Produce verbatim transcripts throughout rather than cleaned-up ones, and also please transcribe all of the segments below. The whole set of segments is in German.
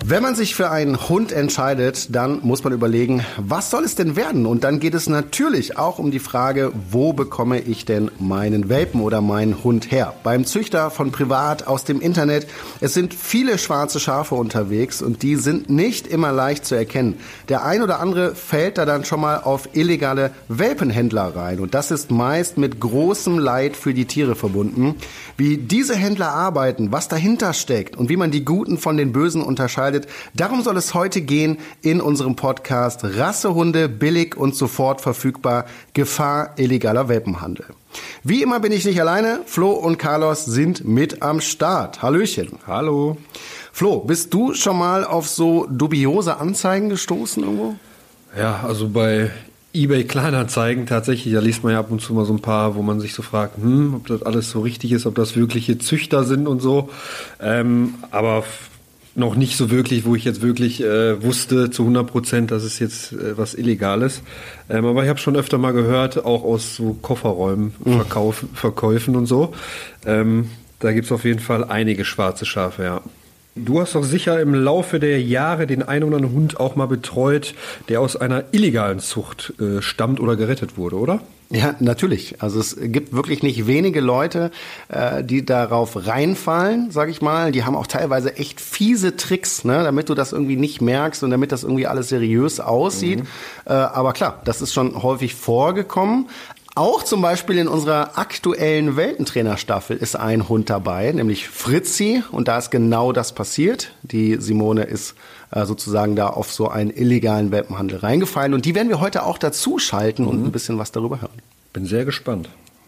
Wenn man sich für einen Hund entscheidet, dann muss man überlegen, was soll es denn werden? Und dann geht es natürlich auch um die Frage, wo bekomme ich denn meinen Welpen oder meinen Hund her? Beim Züchter, von privat, aus dem Internet. Es sind viele schwarze Schafe unterwegs und die sind nicht immer leicht zu erkennen. Der ein oder andere fällt da dann schon mal auf illegale Welpenhändler rein. Und das ist meist mit großem Leid für die Tiere verbunden. Wie diese Händler arbeiten, was dahinter steckt und wie man die Guten von den Bösen unterscheidet, darum soll es heute gehen in unserem Podcast Rassehunde billig und sofort verfügbar. Gefahr illegaler Welpenhandel. Wie immer bin ich nicht alleine. Flo und Carlos sind mit am Start. Hallöchen. Hallo. Flo, bist du schon mal auf so dubiose Anzeigen gestoßen irgendwo? Ja, also bei eBay Kleinanzeigen tatsächlich, da liest man ja ab und zu mal so ein paar, wo man sich so fragt, hm, ob das alles so richtig ist, ob das wirkliche Züchter sind und so. Ähm, aber f- noch nicht so wirklich, wo ich jetzt wirklich äh, wusste zu hundert Prozent, dass es jetzt äh, was Illegales. Ähm, aber ich habe schon öfter mal gehört, auch aus so Kofferräumen, mhm. Verkauf, Verkäufen und so. Ähm, da gibt's auf jeden Fall einige schwarze Schafe, ja. Du hast doch sicher im Laufe der Jahre den einen oder anderen Hund auch mal betreut, der aus einer illegalen Zucht äh, stammt oder gerettet wurde, oder? Ja, natürlich. Also es gibt wirklich nicht wenige Leute, äh, die darauf reinfallen, sag ich mal. Die haben auch teilweise echt fiese Tricks, ne, damit du das irgendwie nicht merkst und damit das irgendwie alles seriös aussieht. Mhm. Äh, aber klar, das ist schon häufig vorgekommen. Auch zum Beispiel in unserer aktuellen Welpentrainerstaffel ist ein Hund dabei, nämlich Fritzi. Und da ist genau das passiert. Die Simone ist äh, sozusagen da auf so einen illegalen Welpenhandel reingefallen. Und die werden wir heute auch dazu schalten und ein bisschen was darüber hören. Bin sehr gespannt.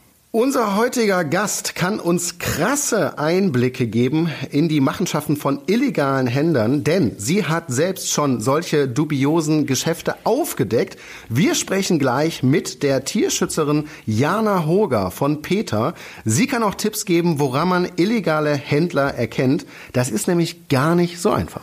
Unser heutiger Gast kann uns krasse Einblicke geben in die Machenschaften von illegalen Händlern, denn sie hat selbst schon solche dubiosen Geschäfte aufgedeckt. Wir sprechen gleich mit der Tierschützerin Jana Hoger von PETA. Sie kann auch Tipps geben, woran man illegale Händler erkennt. Das ist nämlich gar nicht so einfach.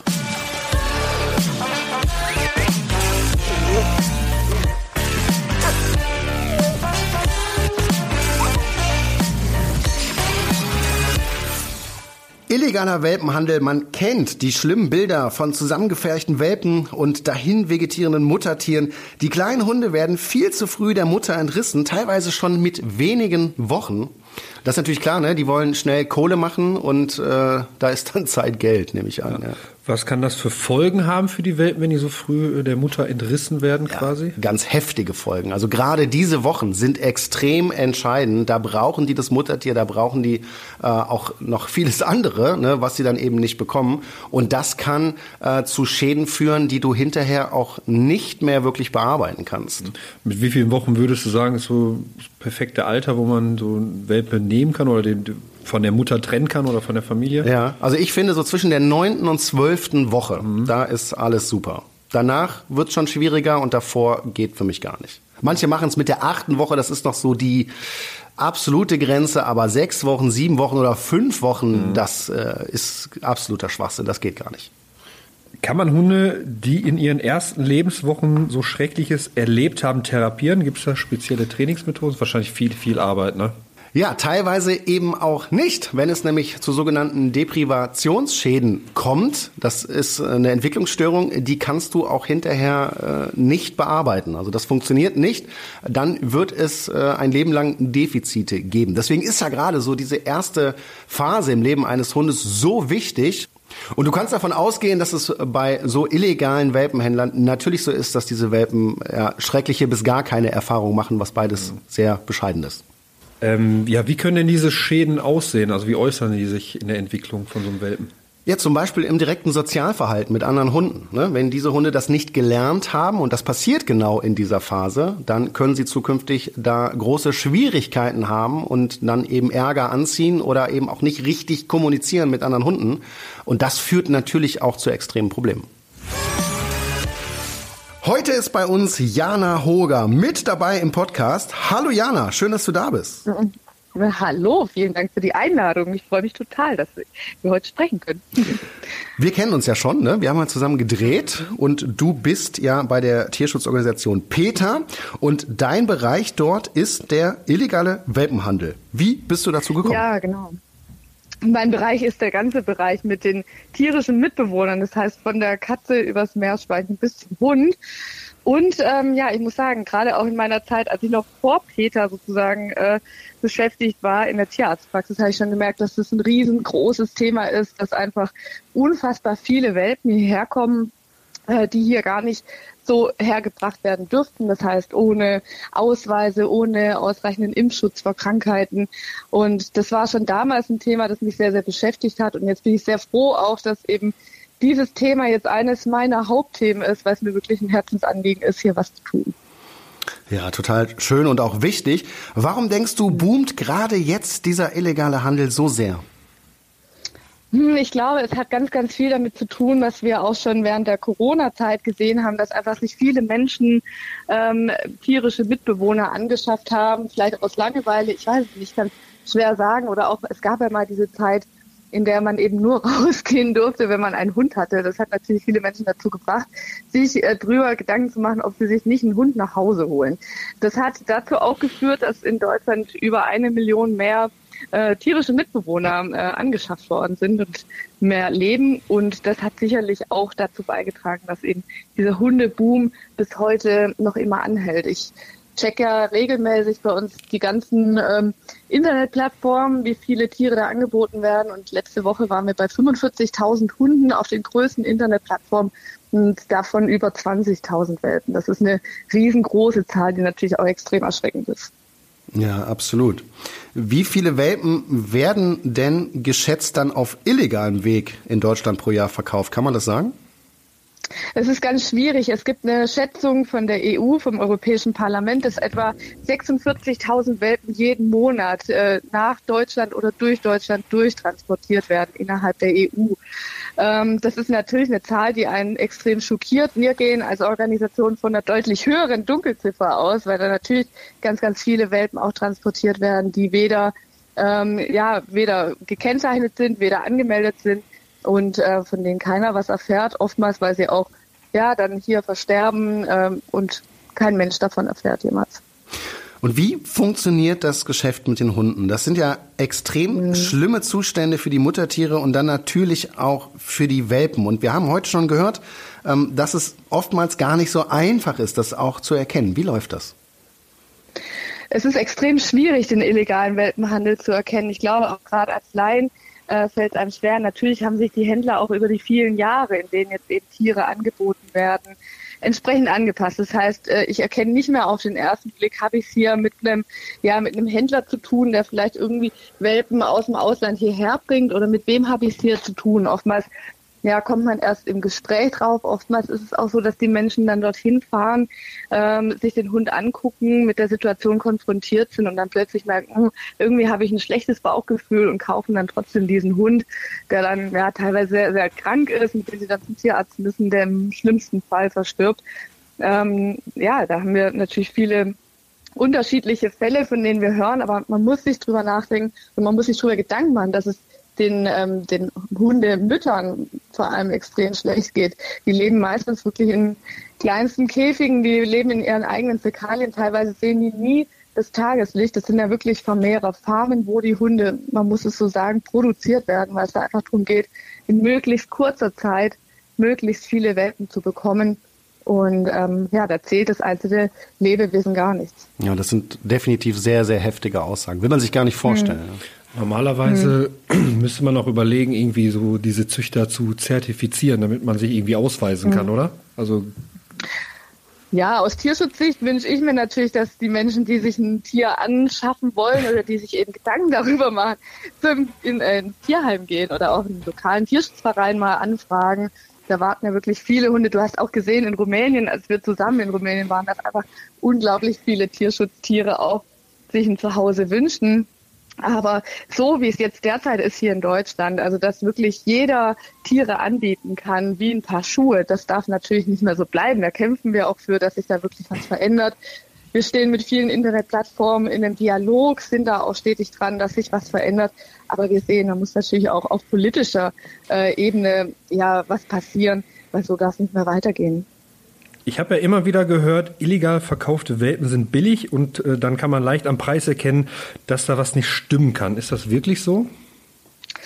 Illegaler Welpenhandel, man kennt die schlimmen Bilder von zusammengepferchten Welpen und dahin vegetierenden Muttertieren. Die kleinen Hunde werden viel zu früh der Mutter entrissen, teilweise schon mit wenigen Wochen. Das ist natürlich klar, ne? Die wollen schnell Kohle machen und äh, da ist dann Zeit Geld, nehme ich an. Ja. Ja. Was kann das für Folgen haben für die Welpen, wenn die so früh der Mutter entrissen werden quasi? Ja, ganz heftige Folgen. Also gerade diese Wochen sind extrem entscheidend. Da brauchen die das Muttertier, da brauchen die äh, auch noch vieles andere, ne, was sie dann eben nicht bekommen. Und das kann äh, zu Schäden führen, die du hinterher auch nicht mehr wirklich bearbeiten kannst. Mit wie vielen Wochen würdest du sagen, ist so das perfekte Alter, wo man so einen Welpe nehmen kann oder den von der Mutter trennen kann oder von der Familie? Ja, also ich finde so zwischen der neunten und zwölften Woche, mhm. da ist alles super. Danach wird es schon schwieriger und davor geht für mich gar nicht. Manche machen es mit der achten Woche, das ist noch so die absolute Grenze, aber sechs Wochen, sieben Wochen oder fünf Wochen, mhm. das äh, ist absoluter Schwachsinn, das geht gar nicht. Kann man Hunde, die in ihren ersten Lebenswochen so Schreckliches erlebt haben, therapieren? Gibt es da spezielle Trainingsmethoden? Wahrscheinlich viel, viel Arbeit, ne? Ja, teilweise eben auch nicht, wenn es nämlich zu sogenannten Deprivationsschäden kommt. Das ist eine Entwicklungsstörung, die kannst du auch hinterher äh, nicht bearbeiten. Also das funktioniert nicht. Dann wird es äh, ein Leben lang Defizite geben. Deswegen ist ja gerade so diese erste Phase im Leben eines Hundes so wichtig. Und du kannst davon ausgehen, dass es bei so illegalen Welpenhändlern natürlich so ist, dass diese Welpen ja, schreckliche bis gar keine Erfahrung machen, was beides sehr bescheiden ist. Ähm, ja, wie können denn diese Schäden aussehen? Also wie äußern die sich in der Entwicklung von so einem Welpen? Ja, zum Beispiel im direkten Sozialverhalten mit anderen Hunden. Ne? Wenn diese Hunde das nicht gelernt haben, und das passiert genau in dieser Phase, dann können sie zukünftig da große Schwierigkeiten haben und dann eben Ärger anziehen oder eben auch nicht richtig kommunizieren mit anderen Hunden. Und das führt natürlich auch zu extremen Problemen. Heute ist bei uns Jana Hoger mit dabei im Podcast. Hallo Jana, schön, dass du da bist. Hallo, vielen Dank für die Einladung. Ich freue mich total, dass wir heute sprechen können. Wir kennen uns ja schon, ne? Wir haben mal zusammen gedreht und du bist ja bei der Tierschutzorganisation PETA und dein Bereich dort ist der illegale Welpenhandel. Wie bist du dazu gekommen? Ja, genau. Mein Bereich ist der ganze Bereich mit den tierischen Mitbewohnern, das heißt von der Katze übers Meerschweinchen bis zum Hund. Und ähm, ja, ich muss sagen, gerade auch in meiner Zeit, als ich noch vor Peter sozusagen äh, beschäftigt war in der Tierarztpraxis, habe ich schon gemerkt, dass das ein riesengroßes Thema ist, dass einfach unfassbar viele Welpen hierher kommen, äh, die hier gar nicht so hergebracht werden dürften. Das heißt, ohne Ausweise, ohne ausreichenden Impfschutz vor Krankheiten. Und das war schon damals ein Thema, das mich sehr, sehr beschäftigt hat. Und jetzt bin ich sehr froh auch, dass eben dieses Thema jetzt eines meiner Hauptthemen ist, weil es mir wirklich ein Herzensanliegen ist, hier was zu tun. Ja, total schön und auch wichtig. Warum denkst du, boomt gerade jetzt dieser illegale Handel so sehr? Ich glaube, es hat ganz, ganz viel damit zu tun, was wir auch schon während der Corona-Zeit gesehen haben, dass einfach sich viele Menschen ähm, tierische Mitbewohner angeschafft haben, vielleicht aus Langeweile, ich weiß es nicht, kann schwer sagen. Oder auch, es gab ja mal diese Zeit, in der man eben nur rausgehen durfte, wenn man einen Hund hatte. Das hat natürlich viele Menschen dazu gebracht, sich äh, drüber Gedanken zu machen, ob sie sich nicht einen Hund nach Hause holen. Das hat dazu auch geführt, dass in Deutschland über eine Million mehr äh, tierische Mitbewohner äh, angeschafft worden sind und mehr leben. Und das hat sicherlich auch dazu beigetragen, dass eben dieser Hundeboom bis heute noch immer anhält. Ich check ja regelmäßig bei uns die ganzen ähm, Internetplattformen, wie viele Tiere da angeboten werden. Und letzte Woche waren wir bei fünfundvierzigtausend Hunden auf den größten Internetplattformen und davon über zwanzigtausend Welpen. Das ist eine riesengroße Zahl, die natürlich auch extrem erschreckend ist. Ja, absolut. Wie viele Welpen werden denn geschätzt dann auf illegalem Weg in Deutschland pro Jahr verkauft? Kann man das sagen? Es ist ganz schwierig. Es gibt eine Schätzung von der E U, vom Europäischen Parlament, dass etwa sechsundvierzigtausend Welpen jeden Monat äh, nach Deutschland oder durch Deutschland durchtransportiert werden innerhalb der E U. Ähm, das ist natürlich eine Zahl, die einen extrem schockiert. Wir gehen als Organisation von einer deutlich höheren Dunkelziffer aus, weil da natürlich ganz, ganz viele Welpen auch transportiert werden, die weder, ähm, ja, weder gekennzeichnet sind, weder angemeldet sind. Und äh, von denen keiner was erfährt, oftmals, weil sie auch ja dann hier versterben ähm, und kein Mensch davon erfährt jemals. Und wie funktioniert das Geschäft mit den Hunden? Das sind ja extrem mhm. schlimme Zustände für die Muttertiere und dann natürlich auch für die Welpen. Und wir haben heute schon gehört, ähm, dass es oftmals gar nicht so einfach ist, das auch zu erkennen. Wie läuft das? Es ist extrem schwierig, den illegalen Welpenhandel zu erkennen. Ich glaube, auch gerade als Laien äh, fällt es einem schwer. Natürlich haben sich die Händler auch über die vielen Jahre, in denen jetzt eben Tiere angeboten werden, entsprechend angepasst. Das heißt, äh, ich erkenne nicht mehr auf den ersten Blick, habe ich es hier mit einem, ja, mit einem Händler zu tun, der vielleicht irgendwie Welpen aus dem Ausland hierher bringt, oder mit wem habe ich es hier zu tun. Oftmals ja, kommt man erst im Gespräch drauf. Oftmals ist es auch so, dass die Menschen dann dorthin fahren, ähm, sich den Hund angucken, mit der Situation konfrontiert sind und dann plötzlich merken, hm, irgendwie habe ich ein schlechtes Bauchgefühl, und kaufen dann trotzdem diesen Hund, der dann ja teilweise sehr, sehr krank ist, mit dem sie dann zum Tierarzt müssen, der im schlimmsten Fall verstirbt. Ähm, ja, da haben wir natürlich viele unterschiedliche Fälle, von denen wir hören, aber man muss sich drüber nachdenken und man muss sich drüber Gedanken machen, dass es den, ähm, den Hundemüttern vor allem extrem schlecht geht. Die leben meistens wirklich in kleinsten Käfigen, die leben in ihren eigenen Fäkalien. Teilweise sehen die nie das Tageslicht. Das sind ja wirklich Vermehrerfarmen, wo die Hunde, man muss es so sagen, produziert werden, weil es da einfach darum geht, in möglichst kurzer Zeit möglichst viele Welpen zu bekommen. Und ähm, ja, da zählt das einzelne Lebewesen gar nichts. Ja, das sind definitiv sehr, sehr heftige Aussagen. Will man sich gar nicht vorstellen. Hm. Normalerweise hm. müsste man auch überlegen, irgendwie so diese Züchter zu zertifizieren, damit man sich irgendwie ausweisen hm. kann, oder? Also ja, aus Tierschutzsicht wünsche ich mir natürlich, dass die Menschen, die sich ein Tier anschaffen wollen oder die sich eben Gedanken darüber machen, zum, in ein Tierheim gehen oder auch einen lokalen Tierschutzverein mal anfragen. Da warten ja wirklich viele Hunde. Du hast auch gesehen in Rumänien, als wir zusammen in Rumänien waren, dass einfach unglaublich viele Tierschutztiere auch sich ein Zuhause wünschen. Aber so wie es jetzt derzeit ist hier in Deutschland, also dass wirklich jeder Tiere anbieten kann, wie ein paar Schuhe, das darf natürlich nicht mehr so bleiben. Da kämpfen wir auch für, dass sich da wirklich was verändert. Wir stehen mit vielen Internetplattformen in einem Dialog, sind da auch stetig dran, dass sich was verändert. Aber wir sehen, da muss natürlich auch auf politischer äh, Ebene ja was passieren, weil so darf es nicht mehr weitergehen. Ich habe ja immer wieder gehört, illegal verkaufte Welpen sind billig und äh, dann kann man leicht am Preis erkennen, dass da was nicht stimmen kann. Ist das wirklich so?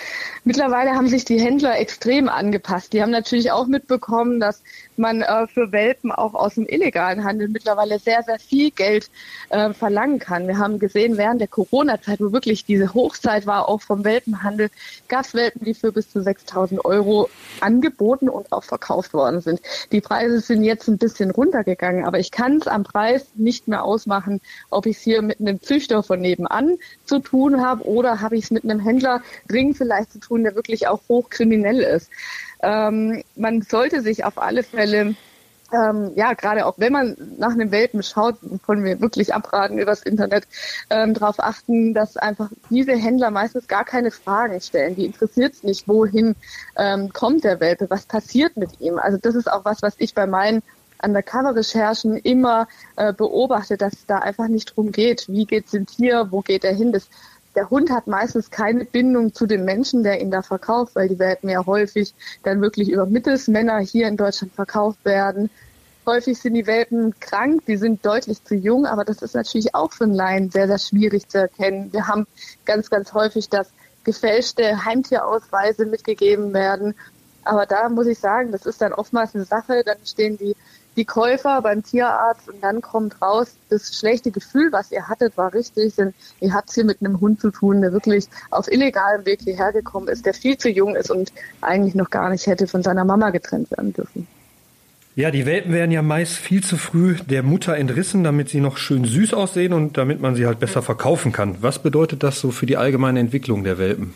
Mittlerweile haben sich die Händler extrem angepasst. Die haben natürlich auch mitbekommen, dass man äh, für Welpen auch aus dem illegalen Handel mittlerweile sehr, sehr viel Geld äh, verlangen kann. Wir haben gesehen, während der Corona-Zeit, wo wirklich diese Hochzeit war, auch vom Welpenhandel, gab es Welpen, die für bis zu sechstausend Euro angeboten und auch verkauft worden sind. Die Preise sind jetzt ein bisschen runtergegangen, aber ich kann es am Preis nicht mehr ausmachen, ob ich es hier mit einem Züchter von nebenan zu tun habe oder habe ich es mit einem Händler dringend vielleicht zu tun, der wirklich auch hochkriminell ist. Ähm, man sollte sich auf alle Fälle, ähm, ja, gerade auch wenn man nach einem Welpen schaut, können wir wirklich abraten übers Internet, ähm, darauf achten, dass einfach diese Händler meistens gar keine Fragen stellen. Die interessiert es nicht, wohin ähm, kommt der Welpe, was passiert mit ihm. Also das ist auch was, was ich bei meinen Undercover-Recherchen immer äh, beobachte, dass es da einfach nicht drum geht, wie geht's dem Tier, wo geht er hin. Das Der Hund hat meistens keine Bindung zu dem Menschen, der ihn da verkauft, weil die Welpen ja häufig dann wirklich über Mittelsmänner hier in Deutschland verkauft werden. Häufig sind die Welpen krank, die sind deutlich zu jung, aber das ist natürlich auch für einen Laien sehr, sehr schwierig zu erkennen. Wir haben ganz, ganz häufig, dass gefälschte Heimtierausweise mitgegeben werden. Aber da muss ich sagen, das ist dann oftmals eine Sache, dann stehen die die Käufer beim Tierarzt und dann kommt raus, das schlechte Gefühl, was ihr hattet, war richtig, denn ihr habt es hier mit einem Hund zu tun, der wirklich auf illegalem Weg hierher gekommen ist, der viel zu jung ist und eigentlich noch gar nicht hätte von seiner Mama getrennt werden dürfen. Ja, die Welpen werden ja meist viel zu früh der Mutter entrissen, damit sie noch schön süß aussehen und damit man sie halt besser verkaufen kann. Was bedeutet das so für die allgemeine Entwicklung der Welpen?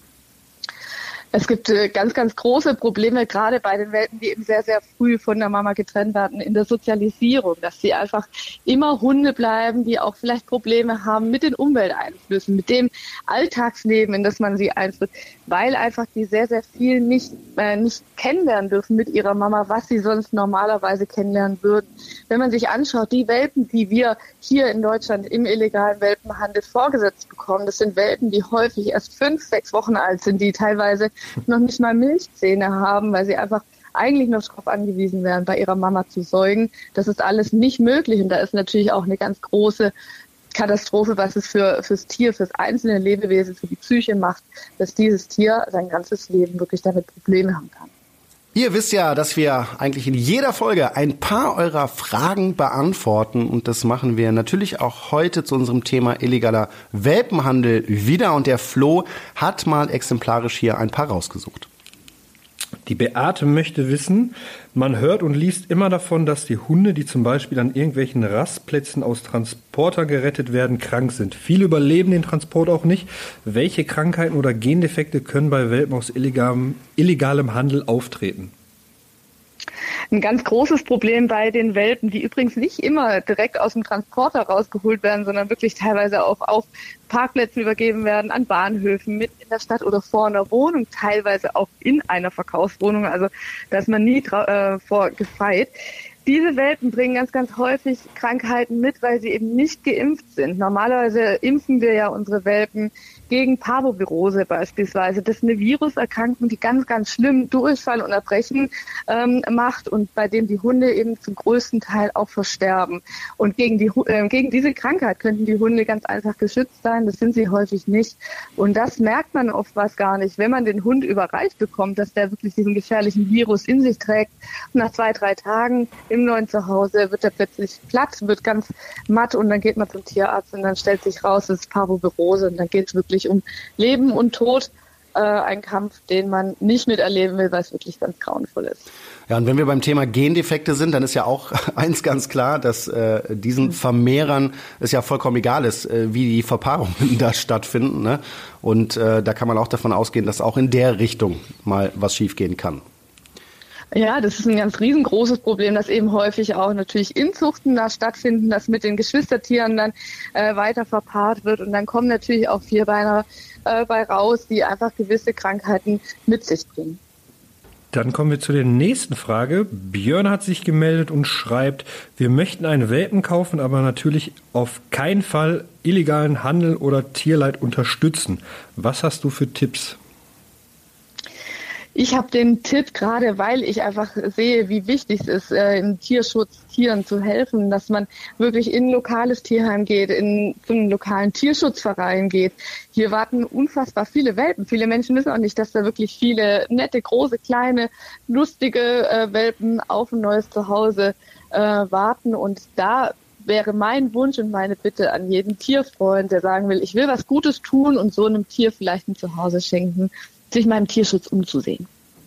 Es gibt äh, ganz, ganz große Probleme, gerade bei den Welpen, die eben sehr, sehr früh von der Mama getrennt werden, in der Sozialisierung, dass sie einfach immer Hunde bleiben, die auch vielleicht Probleme haben mit den Umwelteinflüssen, mit dem Alltagsleben, in das man sie einführt, weil einfach die sehr, sehr viel nicht, äh, nicht kennenlernen dürfen mit ihrer Mama, was sie sonst normalerweise kennenlernen würden. Wenn man sich anschaut, die Welpen, die wir hier in Deutschland im illegalen Welpenhandel vorgesetzt bekommen, das sind Welpen, die häufig erst fünf, sechs Wochen alt sind, die teilweise noch nicht mal Milchzähne haben, weil sie einfach eigentlich noch darauf angewiesen wären, bei ihrer Mama zu säugen. Das ist alles nicht möglich und da ist natürlich auch eine ganz große Katastrophe, was es für fürs Tier, fürs einzelne Lebewesen, für die Psyche macht, dass dieses Tier sein ganzes Leben wirklich damit Probleme haben kann. Ihr wisst ja, dass wir eigentlich in jeder Folge ein paar eurer Fragen beantworten und das machen wir natürlich auch heute zu unserem Thema illegaler Welpenhandel wieder und der Flo hat mal exemplarisch hier ein paar rausgesucht. Die Beate möchte wissen, man hört und liest immer davon, dass die Hunde, die zum Beispiel an irgendwelchen Rastplätzen aus Transportern gerettet werden, krank sind. Viele überleben den Transport auch nicht. Welche Krankheiten oder Gendefekte können bei Welpen aus illegalem, illegalem Handel auftreten? Ein ganz großes Problem bei den Welpen, die übrigens nicht immer direkt aus dem Transporter rausgeholt werden, sondern wirklich teilweise auch auf Parkplätzen übergeben werden, an Bahnhöfen, mitten in der Stadt oder vor einer Wohnung, teilweise auch in einer Verkaufswohnung. Also da ist man nie äh, vor gefeit. Diese Welpen bringen ganz, ganz häufig Krankheiten mit, weil sie eben nicht geimpft sind. Normalerweise impfen wir ja unsere Welpen gegen Parvovirose beispielsweise. Das ist eine Viruserkrankung, die ganz, ganz schlimm Durchfall und Erbrechen ähm, macht und bei dem die Hunde eben zum größten Teil auch versterben. Und gegen die äh, gegen diese Krankheit könnten die Hunde ganz einfach geschützt sein. Das sind sie häufig nicht. Und das merkt man oftmals gar nicht, wenn man den Hund überreicht bekommt, dass der wirklich diesen gefährlichen Virus in sich trägt. Und nach zwei, drei Tagen im neuen Zuhause wird er plötzlich platt, wird ganz matt und dann geht man zum Tierarzt und dann stellt sich raus, es ist Parvovirose und dann geht es wirklich um Leben und Tod, äh, ein Kampf, den man nicht miterleben will, weil es wirklich ganz grauenvoll ist. Ja, und wenn wir beim Thema Gendefekte sind, dann ist ja auch eins ganz klar, dass äh, diesen Vermehrern es ja vollkommen egal ist, äh, wie die Verpaarungen da stattfinden, ne? Und äh, da kann man auch davon ausgehen, dass auch in der Richtung mal was schiefgehen kann. Ja, das ist ein ganz riesengroßes Problem, dass eben häufig auch natürlich Inzuchten da stattfinden, dass mit den Geschwistertieren dann äh, weiter verpaart wird und dann kommen natürlich auch Vierbeiner äh, bei raus, die einfach gewisse Krankheiten mit sich bringen. Dann kommen wir zu der nächsten Frage. Björn hat sich gemeldet und schreibt, wir möchten einen Welpen kaufen, aber natürlich auf keinen Fall illegalen Handel oder Tierleid unterstützen. Was hast du für Tipps? Ich habe den Tipp, gerade weil ich einfach sehe, wie wichtig es ist, äh, im Tierschutz Tieren zu helfen, dass man wirklich in ein lokales Tierheim geht, in zu einem lokalen Tierschutzverein geht. Hier warten unfassbar viele Welpen. Viele Menschen wissen auch nicht, dass da wirklich viele nette, große, kleine, lustige äh, Welpen auf ein neues Zuhause äh, warten. Und da wäre mein Wunsch und meine Bitte an jeden Tierfreund, der sagen will, ich will was Gutes tun und so einem Tier vielleicht ein Zuhause schenken, sich mal im Tierschutz umzusehen.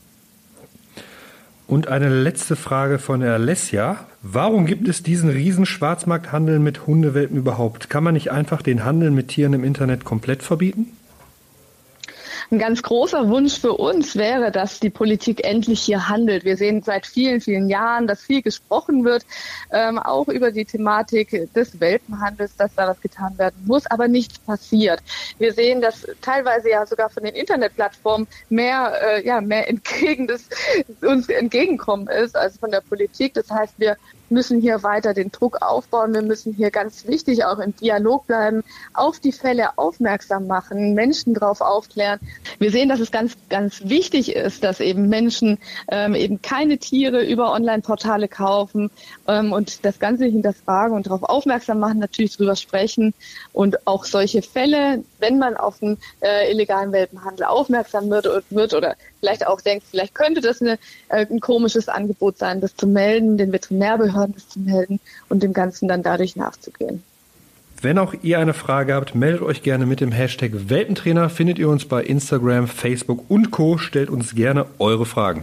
Und eine letzte Frage von der Alessia. Warum gibt es diesen riesen Schwarzmarkthandel mit Hundewelpen überhaupt? Kann man nicht einfach den Handel mit Tieren im Internet komplett verbieten? Ein ganz großer Wunsch für uns wäre, dass die Politik endlich hier handelt. Wir sehen seit vielen, vielen Jahren, dass viel gesprochen wird, ähm, auch über die Thematik des Welpenhandels, dass da was getan werden muss, aber nichts passiert. Wir sehen, dass teilweise ja sogar von den Internetplattformen mehr, äh, ja, mehr entgegen des, uns entgegenkommen ist als von der Politik. Das heißt, wir müssen hier weiter den Druck aufbauen. Wir müssen hier ganz wichtig auch im Dialog bleiben, auf die Fälle aufmerksam machen, Menschen drauf aufklären. Wir sehen, dass es ganz, ganz wichtig ist, dass eben Menschen ähm, eben keine Tiere über Online-Portale kaufen ähm, und das Ganze hinterfragen und darauf aufmerksam machen, natürlich drüber sprechen und auch solche Fälle, wenn man auf den äh, illegalen Welpenhandel aufmerksam wird, wird oder vielleicht auch denkt, vielleicht könnte das eine, äh, ein komisches Angebot sein, das zu melden, den Veterinärbehörden das zu melden und dem Ganzen dann dadurch nachzugehen. Wenn auch ihr eine Frage habt, meldet euch gerne mit dem Hashtag Welpentrainer. Findet ihr uns bei Instagram, Facebook und Co. Stellt uns gerne eure Fragen.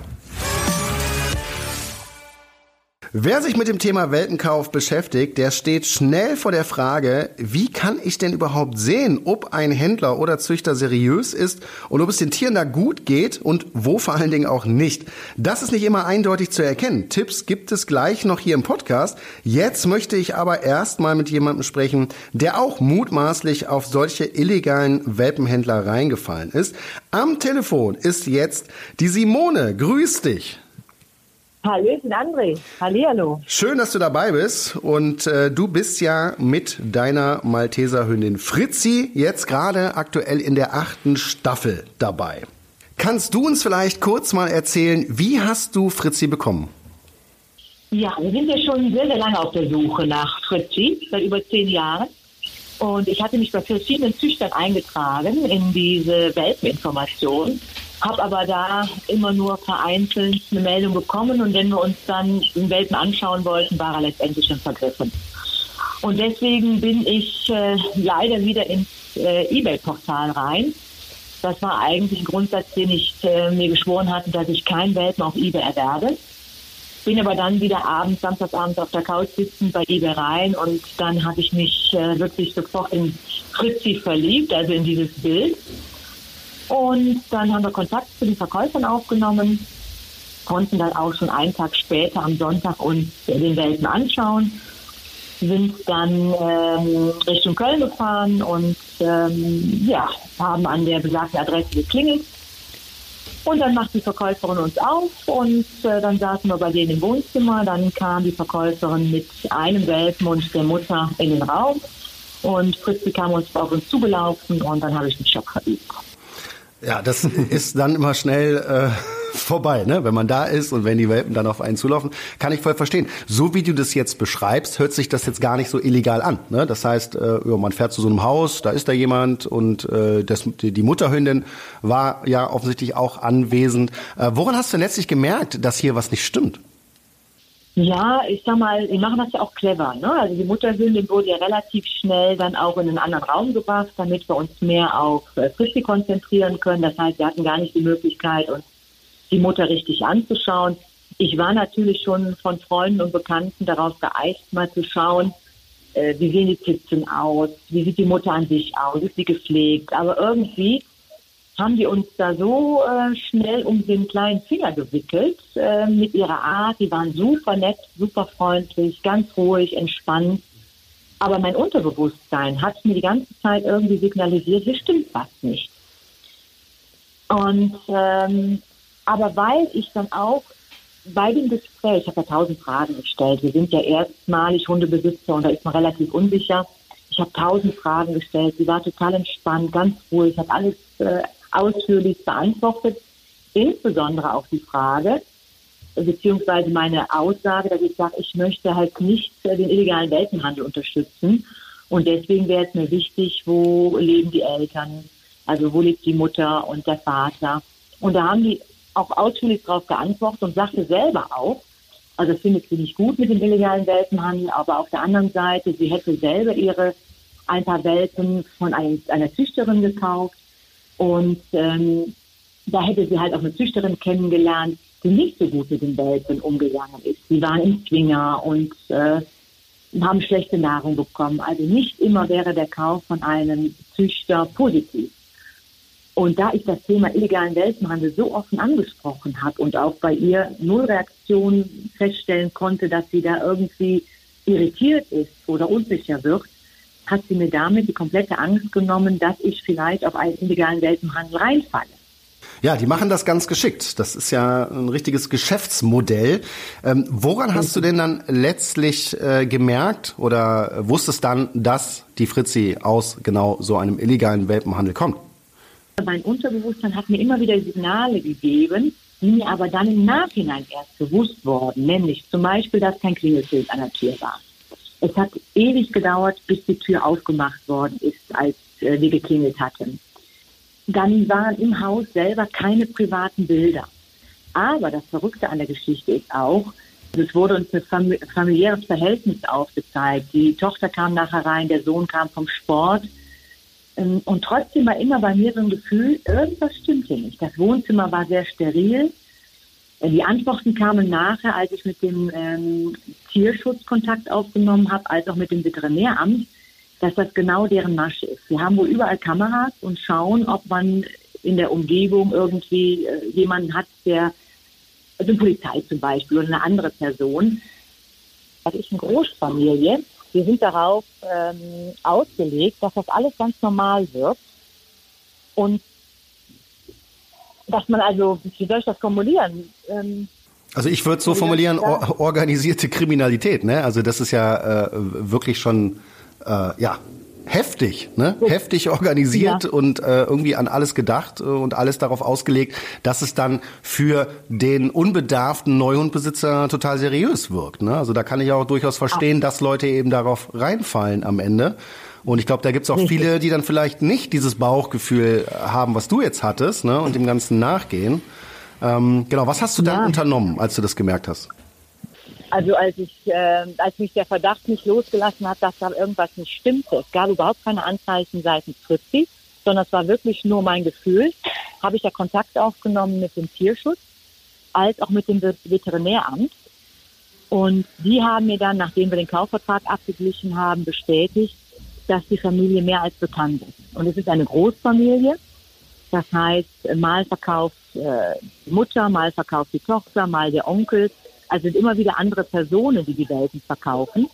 Wer sich mit dem Thema Welpenkauf beschäftigt, der steht schnell vor der Frage, wie kann ich denn überhaupt sehen, ob ein Händler oder Züchter seriös ist und ob es den Tieren da gut geht und wo vor allen Dingen auch nicht. Das ist nicht immer eindeutig zu erkennen. Tipps gibt es gleich noch hier im Podcast. Jetzt möchte ich aber erst mal mit jemandem sprechen, der auch mutmaßlich auf solche illegalen Welpenhändler reingefallen ist. Am Telefon ist jetzt die Simone. Grüß dich. Hallöchen, André. Hallihallo. Schön, dass du dabei bist. Und äh, du bist ja mit deiner Malteserhündin Fritzi jetzt gerade aktuell in der achten Staffel dabei. Kannst du uns vielleicht kurz mal erzählen, wie hast du Fritzi bekommen? Ja, wir sind ja schon sehr, sehr lange auf der Suche nach Fritzi, seit über zehn Jahren. Und ich hatte mich bei verschiedenen Züchtern eingetragen in diese Welpeninformation. Habe aber da immer nur vereinzelt eine Meldung bekommen und wenn wir uns dann den Welpen anschauen wollten, war er letztendlich schon vergriffen. Und deswegen bin ich äh, leider wieder ins äh, eBay-Portal rein. Das war eigentlich ein Grundsatz, den ich äh, mir geschworen hatte, dass ich keinen Welpen auf eBay erwerbe. Bin aber dann wieder abends, samstagsabends auf der Couch sitzen bei eBay rein und dann habe ich mich äh, wirklich sofort in Fritzi verliebt, also in dieses Bild. Und dann haben wir Kontakt zu den Verkäufern aufgenommen, konnten dann auch schon einen Tag später am Sonntag uns den Welpen anschauen, sind dann ähm, Richtung Köln gefahren und ähm, ja, haben an der besagten Adresse geklingelt. Und dann macht die Verkäuferin uns auf und äh, dann saßen wir bei denen im Wohnzimmer. Dann kam die Verkäuferin mit einem Welpen und der Mutter in den Raum und Fritzi kam uns auf uns zugelaufen und dann habe ich den Schock verübt. Ja, das ist dann immer schnell äh, vorbei, ne? Wenn man da ist und wenn die Welpen dann auf einen zulaufen, kann ich voll verstehen. So wie du das jetzt beschreibst, hört sich das jetzt gar nicht so illegal an, ne? Das heißt, äh, ja, man fährt zu so einem Haus, da ist da jemand und äh, das, die Mutterhündin war ja offensichtlich auch anwesend. Äh, woran hast du denn letztlich gemerkt, dass hier was nicht stimmt? Ja, ich sag mal, die machen das ja auch clever, ne? Also die Mutterhündin wurde ja relativ schnell dann auch in einen anderen Raum gebracht, damit wir uns mehr auf äh, Fritzi konzentrieren können. Das heißt, wir hatten gar nicht die Möglichkeit, uns die Mutter richtig anzuschauen. Ich war natürlich schon von Freunden und Bekannten darauf geeicht, mal zu schauen, äh, wie sehen die Zitzen aus, wie sieht die Mutter an sich aus, ist sie gepflegt. Aber irgendwie haben die uns da so äh, schnell um den kleinen Finger gewickelt äh, mit ihrer Art. Die waren super nett, super freundlich, ganz ruhig, entspannt. Aber mein Unterbewusstsein hat mir die ganze Zeit irgendwie signalisiert, hier stimmt was nicht. Und ähm, aber weil ich dann auch bei dem Gespräch, ich habe ja tausend Fragen gestellt, wir sind ja erstmalig Hundebesitzer und da ist man relativ unsicher. Ich habe tausend Fragen gestellt, sie war total entspannt, ganz ruhig, hat alles äh, ausführlich beantwortet. insbesondere auch die Frage, beziehungsweise meine Aussage, dass ich sage, ich möchte halt nicht den illegalen Welpenhandel unterstützen. Und deswegen wäre es mir wichtig, wo leben die Eltern, also wo lebt die Mutter und der Vater. Und da haben die auch ausführlich darauf geantwortet und sagte selber auch, also findet sie nicht gut mit dem illegalen Welpenhandel, aber auf der anderen Seite, sie hätte selber ihre ein paar Welpen von ein, einer Züchterin gekauft und ähm, da hätte sie halt auch eine Züchterin kennengelernt, die nicht so gut mit den Welpen umgegangen ist. Die waren im Zwinger und äh, haben schlechte Nahrung bekommen. Also nicht immer wäre der Kauf von einem Züchter positiv. Und da ich das Thema illegalen Welpenhandel so offen angesprochen habe und auch bei ihr null Reaktion feststellen konnte, dass sie da irgendwie irritiert ist oder unsicher wird, hat sie mir damit die komplette Angst genommen, dass ich vielleicht auf einen illegalen Welpenhandel reinfalle. Ja, die machen das ganz geschickt. Das ist ja ein richtiges Geschäftsmodell. Ähm, woran hast du denn dann letztlich äh, gemerkt oder wusstest dann, dass die Fritzi aus genau so einem illegalen Welpenhandel kommt? Mein Unterbewusstsein hat mir immer wieder Signale gegeben, die mir aber dann im Nachhinein erst bewusst wurden. Nämlich zum Beispiel, dass kein Klingelschild an der Tür war. Es hat ewig gedauert, bis die Tür aufgemacht worden ist, als äh, wir geklingelt hatten. Dann waren im Haus selber keine privaten Bilder. Aber das Verrückte an der Geschichte ist auch, es wurde uns ein fam- familiäres Verhältnis aufgezeigt. Die Tochter kam nachher rein, der Sohn kam vom Sport. Und trotzdem war immer bei mir so ein Gefühl, irgendwas stimmt hier nicht. Das Wohnzimmer war sehr steril. Die Antworten kamen nachher, als ich mit dem ähm, Tierschutz Kontakt aufgenommen habe, als auch mit dem Veterinäramt, dass das genau deren Masche ist. Sie haben wohl überall Kameras und schauen, ob man in der Umgebung irgendwie äh, jemanden hat, der, also eine Polizei zum Beispiel oder eine andere Person. Das ist eine Großfamilie. Wir sind darauf ähm, ausgelegt, dass das alles ganz normal wird und dass man also, wie soll ich das formulieren? Ähm, also ich würde so formulieren, or- organisierte Kriminalität, ne? Also das ist ja äh, wirklich schon äh, ja heftig, ne? So. Heftig organisiert ja. und äh, irgendwie an alles gedacht äh, und alles darauf ausgelegt, dass es dann für den unbedarften Neuhundbesitzer total seriös wirkt, ne? Also da kann ich auch durchaus verstehen, dass Leute eben darauf reinfallen am Ende. Und ich glaube, da gibt's auch Richtig. viele, die dann vielleicht nicht dieses Bauchgefühl haben, was du jetzt hattest, ne? Und dem Ganzen nachgehen. Ähm, genau, was hast du dann ja. unternommen, als du das gemerkt hast? Also als ich, äh, als mich der Verdacht nicht losgelassen hat, dass da irgendwas nicht stimmte, es gab überhaupt keine Anzeichen seitens Fritzi, sondern es war wirklich nur mein Gefühl, habe ich ja Kontakt aufgenommen mit dem Tierschutz, als auch mit dem Veterinäramt. Und die haben mir dann, nachdem wir den Kaufvertrag abgeglichen haben, bestätigt, dass die Familie mehr als bekannt ist. Und es ist eine Großfamilie, das heißt, mal verkauft äh, die Mutter, mal verkauft die Tochter, mal der Onkel. Also sind immer wieder andere Personen, die die Welpen verkaufen.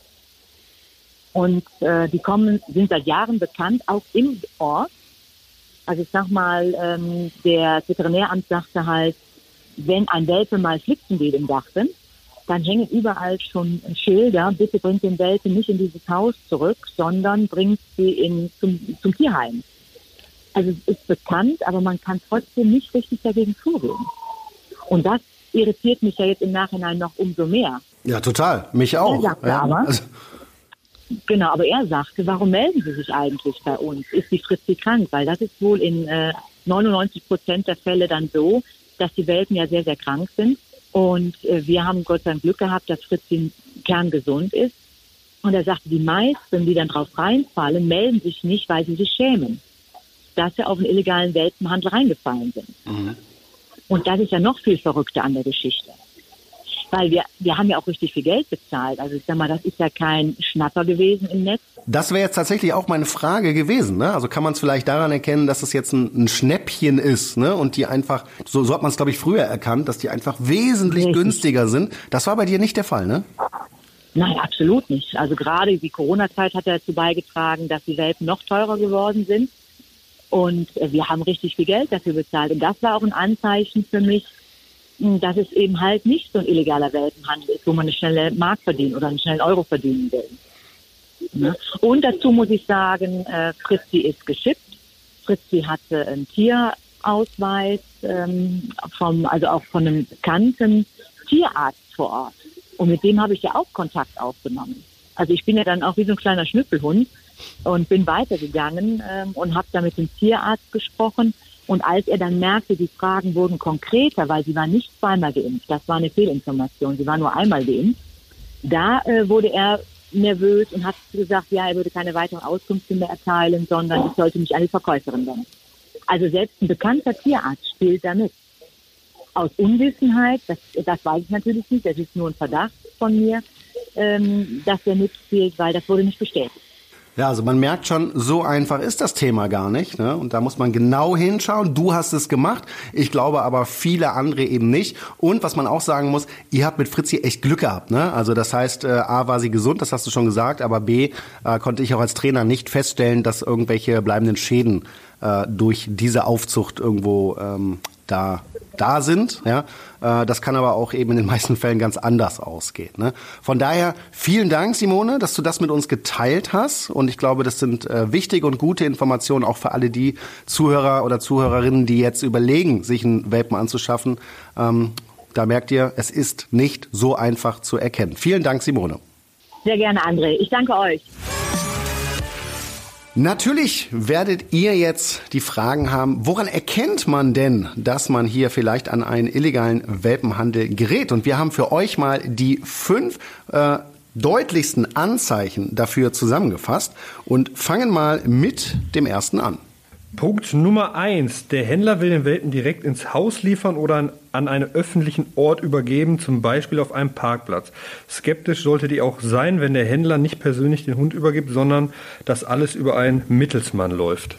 Und äh, die kommen, sind seit Jahren bekannt, auch im Ort. Also ich sag mal, ähm, der Veterinäramt sagte halt, wenn ein Welpe mal flitzen geht im Garten, dann hängen überall schon Schilder, bitte bringt den Welpen nicht in dieses Haus zurück, sondern bringt sie in, zum, zum Tierheim. Also es ist bekannt, aber man kann trotzdem nicht richtig dagegen vorgehen. Und das irritiert mich ja jetzt im Nachhinein noch umso mehr. Ja, total. Mich auch. Er sagte ja, aber, also. Genau, aber er sagte, warum melden Sie sich eigentlich bei uns? Ist die Fritzi krank? Weil das ist wohl in äh, neunundneunzig Prozent der Fälle dann so, dass die Welpen ja sehr, sehr krank sind. Und äh, wir haben Gott sei Dank Glück gehabt, dass Fritzi kerngesund ist. Und er sagte, die meisten, die dann drauf reinfallen, melden sich nicht, weil sie sich schämen, dass sie auf einen illegalen Welpenhandel reingefallen sind. Mhm. Und das ist ja noch viel verrückter an der Geschichte. Weil wir, wir haben ja auch richtig viel Geld bezahlt. Also ich sag mal, das ist ja kein Schnapper gewesen im Netz. Das wäre jetzt tatsächlich auch meine Frage gewesen, ne? Also kann man es vielleicht daran erkennen, dass es jetzt ein, ein Schnäppchen ist, ne? Und die einfach, so, so hat man es glaube ich früher erkannt, dass die einfach wesentlich richtig. günstiger sind. Das war bei dir nicht der Fall, ne? Nein, absolut nicht. Also gerade die Corona-Zeit hat ja dazu beigetragen, dass die Welpen noch teurer geworden sind. Und wir haben richtig viel Geld dafür bezahlt. Und das war auch ein Anzeichen für mich, dass es eben halt nicht so ein illegaler Welpenhandel ist, wo man eine schnelle Mark verdient oder einen schnellen Euro verdienen will. Ja. Und dazu muss ich sagen, äh, Fritzi ist geschippt. Fritzi hatte einen Tier, Ausweis, ähm, vom, also auch von einem bekannten Tierarzt vor Ort. Und mit dem habe ich ja auch Kontakt aufgenommen. Also ich bin ja dann auch wie so ein kleiner Schnüffelhund und bin weitergegangen ähm, und habe da mit dem Tierarzt gesprochen. Und als er dann merkte, die Fragen wurden konkreter, weil sie war nicht zweimal geimpft, das war eine Fehlinformation, sie war nur einmal geimpft, da äh, wurde er nervös und hat gesagt, ja, er würde keine weiteren Auskünfte mehr erteilen, sondern ich sollte mich an die Verkäuferin wenden. Also selbst ein bekannter Tierarzt spielt da mit. Aus Unwissenheit, das, das weiß ich natürlich nicht, das ist nur ein Verdacht von mir, ähm, dass der mitspielt, weil das wurde nicht bestätigt. Ja, also man merkt schon, so einfach ist das Thema gar nicht, ne? Und da muss man genau hinschauen. Du hast es gemacht, ich glaube aber viele andere eben nicht. Und was man auch sagen muss, ihr habt mit Fritzi echt Glück gehabt, ne? Also das heißt, äh, A, war sie gesund, das hast du schon gesagt, aber B, äh, konnte ich auch als Trainer nicht feststellen, dass irgendwelche bleibenden Schäden äh, durch diese Aufzucht irgendwo ähm, da da sind, ja, äh, das kann aber auch eben in den meisten Fällen ganz anders ausgehen, ne? Von daher vielen Dank, Simone, dass du das mit uns geteilt hast und ich glaube, das sind äh, wichtige und gute Informationen auch für alle die Zuhörer oder Zuhörerinnen, die jetzt überlegen, sich einen Welpen anzuschaffen. Ähm, da merkt ihr, es ist nicht so einfach zu erkennen. Vielen Dank, Simone. Sehr gerne, André. Ich danke euch. Natürlich werdet ihr jetzt die Fragen haben, woran erkennt man denn, dass man hier vielleicht an einen illegalen Welpenhandel gerät? Und wir haben für euch mal die fünf äh, deutlichsten Anzeichen dafür zusammengefasst und fangen mal mit dem ersten an. Punkt Nummer eins. Der Händler will den Welpen direkt ins Haus liefern oder an, an einen öffentlichen Ort übergeben, zum Beispiel auf einem Parkplatz. Skeptisch sollte die auch sein, wenn der Händler nicht persönlich den Hund übergibt, sondern dass alles über einen Mittelsmann läuft.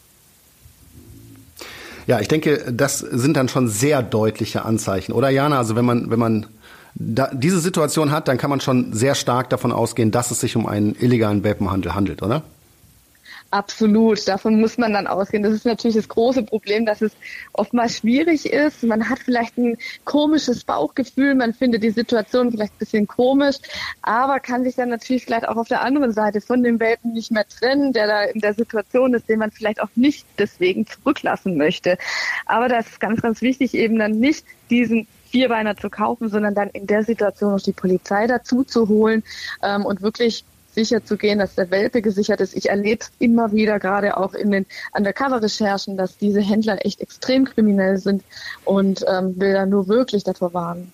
Ja, ich denke, das sind dann schon sehr deutliche Anzeichen, oder Jana? Also wenn man, wenn man da diese Situation hat, dann kann man schon sehr stark davon ausgehen, dass es sich um einen illegalen Welpenhandel handelt, oder? Absolut, davon muss man dann ausgehen. Das ist natürlich das große Problem, dass es oftmals schwierig ist. Man hat vielleicht ein komisches Bauchgefühl, man findet die Situation vielleicht ein bisschen komisch, aber kann sich dann natürlich vielleicht auch auf der anderen Seite von dem Welpen nicht mehr trennen, der da in der Situation ist, den man vielleicht auch nicht deswegen zurücklassen möchte. Aber das ist ganz, ganz wichtig, eben dann nicht diesen Vierbeiner zu kaufen, sondern dann in der Situation noch die Polizei dazu zu holen ähm, und wirklich sicher zu gehen, dass der Welpe gesichert ist. Ich erlebe es immer wieder, gerade auch in den Undercover-Recherchen, dass diese Händler echt extrem kriminell sind und ähm, will da nur wirklich davor warnen.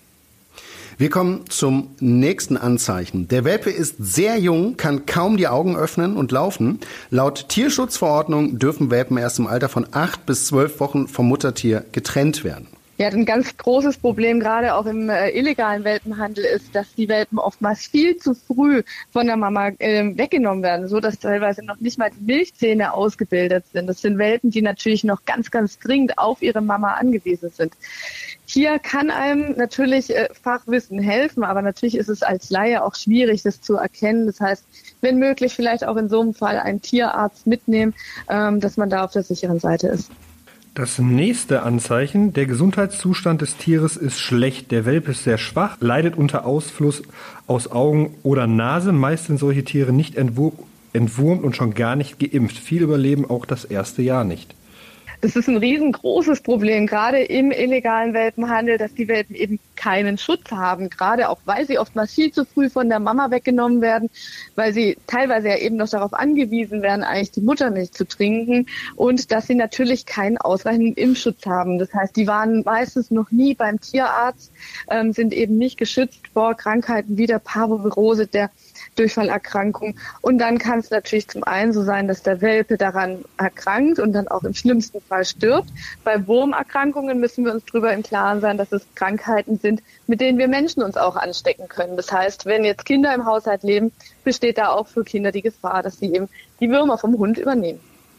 Wir kommen zum nächsten Anzeichen. Der Welpe ist sehr jung, kann kaum die Augen öffnen und laufen. Laut Tierschutzverordnung dürfen Welpen erst im Alter von acht bis zwölf Wochen vom Muttertier getrennt werden. Ja, ein ganz großes Problem gerade auch im äh, illegalen Welpenhandel ist, dass die Welpen oftmals viel zu früh von der Mama äh, weggenommen werden, so dass teilweise noch nicht mal die Milchzähne ausgebildet sind. Das sind Welpen, die natürlich noch ganz, ganz dringend auf ihre Mama angewiesen sind. Hier kann einem natürlich äh, Fachwissen helfen, aber natürlich ist es als Laie auch schwierig, das zu erkennen. Das heißt, wenn möglich, vielleicht auch in so einem Fall einen Tierarzt mitnehmen, ähm, dass man da auf der sicheren Seite ist. Das nächste Anzeichen, der Gesundheitszustand des Tieres ist schlecht. Der Welpe ist sehr schwach, leidet unter Ausfluss aus Augen oder Nase. Meist sind solche Tiere nicht entwur- entwurmt und schon gar nicht geimpft. Viele überleben auch das erste Jahr nicht. Das ist ein riesengroßes Problem, gerade im illegalen Welpenhandel, dass die Welpen eben keinen Schutz haben, gerade auch, weil sie oftmals viel zu früh von der Mama weggenommen werden, weil sie teilweise ja eben noch darauf angewiesen werden, eigentlich die Muttermilch zu trinken und dass sie natürlich keinen ausreichenden Impfschutz haben. Das heißt, die waren meistens noch nie beim Tierarzt, ähm, sind eben nicht geschützt vor Krankheiten wie der Parvovirose, der Durchfallerkrankung. Und dann kann es natürlich zum einen so sein, dass der Welpe daran erkrankt und dann auch im schlimmsten Fall stirbt. Bei Wurmerkrankungen müssen wir uns darüber im Klaren sein, dass es Krankheiten sind, mit denen wir Menschen uns auch anstecken können. Das heißt, wenn jetzt Kinder im Haushalt leben, besteht da auch für Kinder die Gefahr, dass sie eben die Würmer vom Hund übernehmen.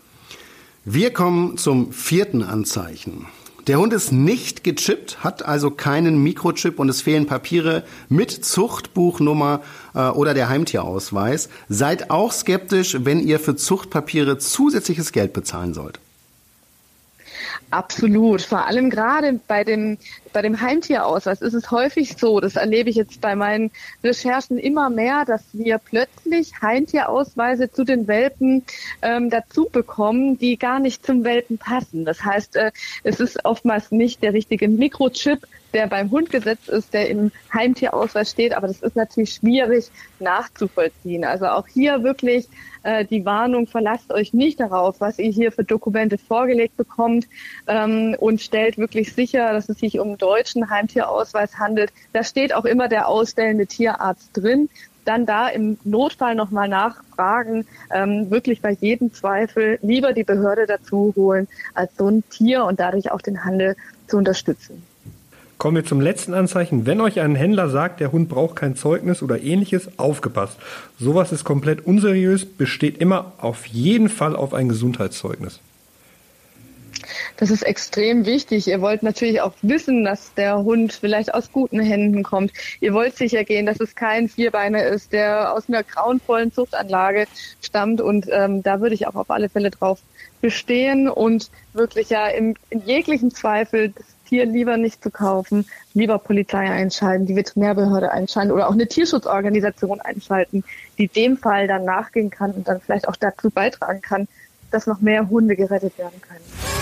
Wir kommen zum vierten Anzeichen. Der Hund ist nicht gechippt, hat also keinen Mikrochip und es fehlen Papiere mit Zuchtbuchnummer äh, oder der Heimtierausweis. Seid auch skeptisch, wenn ihr für Zuchtpapiere zusätzliches Geld bezahlen sollt. Absolut. Vor allem gerade bei dem Bei dem Heimtierausweis ist es häufig so, das erlebe ich jetzt bei meinen Recherchen immer mehr, dass wir plötzlich Heimtierausweise zu den Welpen ähm, dazu bekommen, die gar nicht zum Welpen passen. Das heißt, äh, es ist oftmals nicht der richtige Mikrochip, der beim Hund gesetzt ist, der im Heimtierausweis steht, aber das ist natürlich schwierig nachzuvollziehen. Also auch hier wirklich äh, die Warnung, verlasst euch nicht darauf, was ihr hier für Dokumente vorgelegt bekommt ähm, und stellt wirklich sicher, dass es sich um einen deutschen Heimtierausweis handelt. Da steht auch immer der ausstellende Tierarzt drin. Dann da im Notfall nochmal nachfragen, ähm, wirklich bei jedem Zweifel lieber die Behörde dazu holen, als so ein Tier und dadurch auch den Handel zu unterstützen. Kommen wir zum letzten Anzeichen. Wenn euch ein Händler sagt, der Hund braucht kein Zeugnis oder ähnliches, aufgepasst. Sowas ist komplett unseriös, besteht immer auf jeden Fall auf ein Gesundheitszeugnis. Das ist extrem wichtig. Ihr wollt natürlich auch wissen, dass der Hund vielleicht aus guten Händen kommt. Ihr wollt sicher gehen, dass es kein Vierbeiner ist, der aus einer grauenvollen Zuchtanlage stammt. Und ähm, da würde ich auch auf alle Fälle drauf bestehen und wirklich ja im, in jeglichen Zweifel das Tier lieber nicht zu kaufen, lieber Polizei einschalten, die Veterinärbehörde einschalten oder auch eine Tierschutzorganisation einschalten, die dem Fall dann nachgehen kann und dann vielleicht auch dazu beitragen kann, dass noch mehr Hunde gerettet werden können.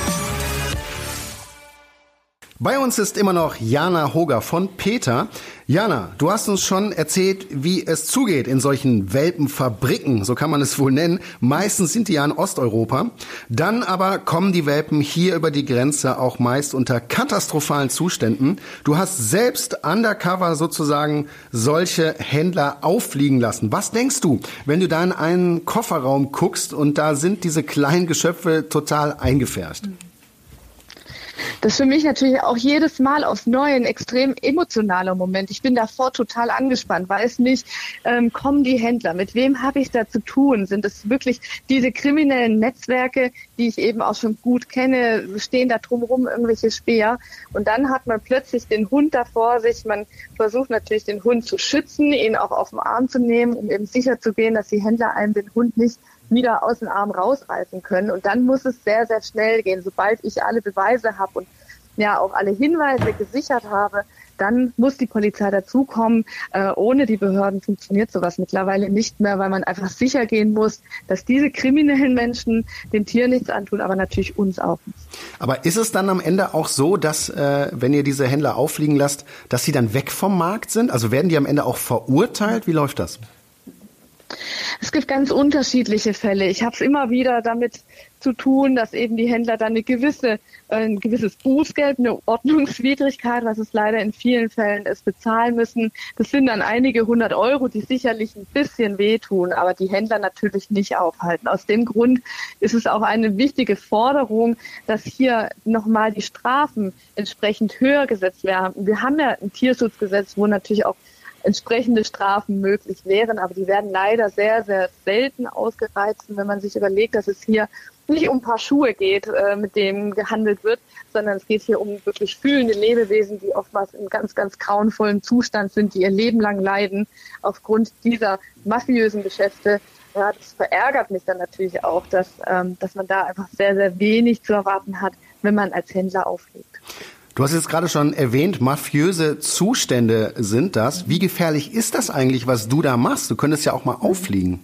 Bei uns ist immer noch Jana Hoger von Peter. Jana, du hast uns schon erzählt, wie es zugeht in solchen Welpenfabriken, so kann man es wohl nennen. Meistens sind die ja in Osteuropa. Dann aber kommen die Welpen hier über die Grenze auch meist unter katastrophalen Zuständen. Du hast selbst undercover sozusagen solche Händler auffliegen lassen. Was denkst du, wenn du da in einen Kofferraum guckst und da sind diese kleinen Geschöpfe total eingefärscht? Das ist für mich natürlich auch jedes Mal aufs Neue ein extrem emotionaler Moment. Ich bin davor total angespannt, weiß nicht, ähm, kommen die Händler, mit wem habe ich da zu tun? Sind es wirklich diese kriminellen Netzwerke, die ich eben auch schon gut kenne, stehen da drumherum irgendwelche Späher? Und dann hat man plötzlich den Hund da vor sich. Man versucht natürlich, den Hund zu schützen, ihn auch auf den Arm zu nehmen, um eben sicher zu gehen, dass die Händler einem den Hund nicht wieder aus dem Arm rausreißen können. Und dann muss es sehr, sehr schnell gehen. Sobald ich alle Beweise habe und ja auch alle Hinweise gesichert habe, dann muss die Polizei dazukommen. Äh, ohne die Behörden funktioniert sowas mittlerweile nicht mehr, weil man einfach sicher gehen muss, dass diese kriminellen Menschen den Tieren nichts antun, aber natürlich uns auch nicht. Aber ist es dann am Ende auch so, dass, äh, wenn ihr diese Händler auffliegen lasst, dass sie dann weg vom Markt sind? Also werden die am Ende auch verurteilt? Wie läuft das? Es gibt ganz unterschiedliche Fälle. Ich habe es immer wieder damit zu tun, dass eben die Händler dann eine gewisse, ein gewisses Bußgeld, eine Ordnungswidrigkeit, was es leider in vielen Fällen ist, bezahlen müssen. Das sind dann einige hundert Euro, die sicherlich ein bisschen wehtun, aber die Händler natürlich nicht aufhalten. Aus dem Grund ist es auch eine wichtige Forderung, dass hier nochmal die Strafen entsprechend höher gesetzt werden. Wir haben ja ein Tierschutzgesetz, wo natürlich auch entsprechende Strafen möglich wären, aber die werden leider sehr, sehr selten ausgereizt. Und wenn man sich überlegt, dass es hier nicht um ein paar Schuhe geht, äh, mit denen gehandelt wird, sondern es geht hier um wirklich fühlende Lebewesen, die oftmals in ganz, ganz grauenvollen Zustand sind, die ihr Leben lang leiden aufgrund dieser mafiösen Geschäfte. Ja, das verärgert mich dann natürlich auch, dass, ähm, dass man da einfach sehr, sehr wenig zu erwarten hat, wenn man als Händler auflegt. Du hast jetzt gerade schon erwähnt, mafiöse Zustände sind das. Wie gefährlich ist das eigentlich, was du da machst? Du könntest ja auch mal auffliegen.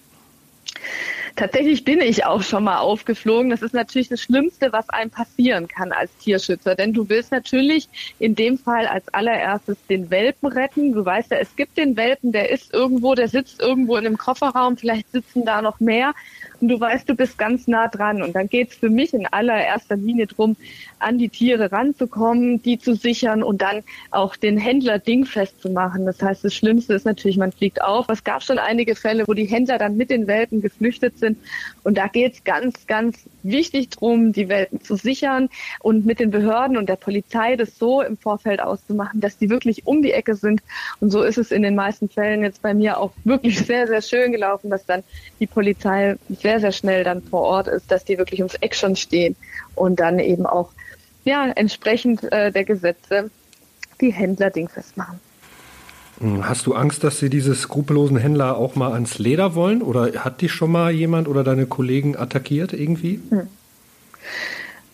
Tatsächlich bin ich auch schon mal aufgeflogen. Das ist natürlich das Schlimmste, was einem passieren kann als Tierschützer. Denn du willst natürlich in dem Fall als allererstes den Welpen retten. Du weißt ja, es gibt den Welpen, der ist irgendwo, der sitzt irgendwo in einem Kofferraum. Vielleicht sitzen da noch mehr. Und du weißt, du bist ganz nah dran. Und dann geht's für mich in allererster Linie drum, an die Tiere ranzukommen, die zu sichern und dann auch den Händler dingfest zu machen. Das heißt, das Schlimmste ist natürlich, man fliegt auf. Es gab schon einige Fälle, wo die Händler dann mit den Welpen geflüchtet sind. Und da geht's ganz, ganz wichtig drum, die Welpen zu sichern und mit den Behörden und der Polizei das so im Vorfeld auszumachen, dass die wirklich um die Ecke sind. Und so ist es in den meisten Fällen jetzt bei mir auch wirklich sehr, sehr schön gelaufen, dass dann die Polizei sehr, sehr schnell dann vor Ort ist, dass die wirklich ums Eck schon stehen und dann eben auch ja entsprechend äh, der Gesetze die Händler dingfest machen. Hast du Angst, dass sie diese skrupellosen Händler auch mal ans Leder wollen? Oder hat dich schon mal jemand oder deine Kollegen attackiert irgendwie? Hm.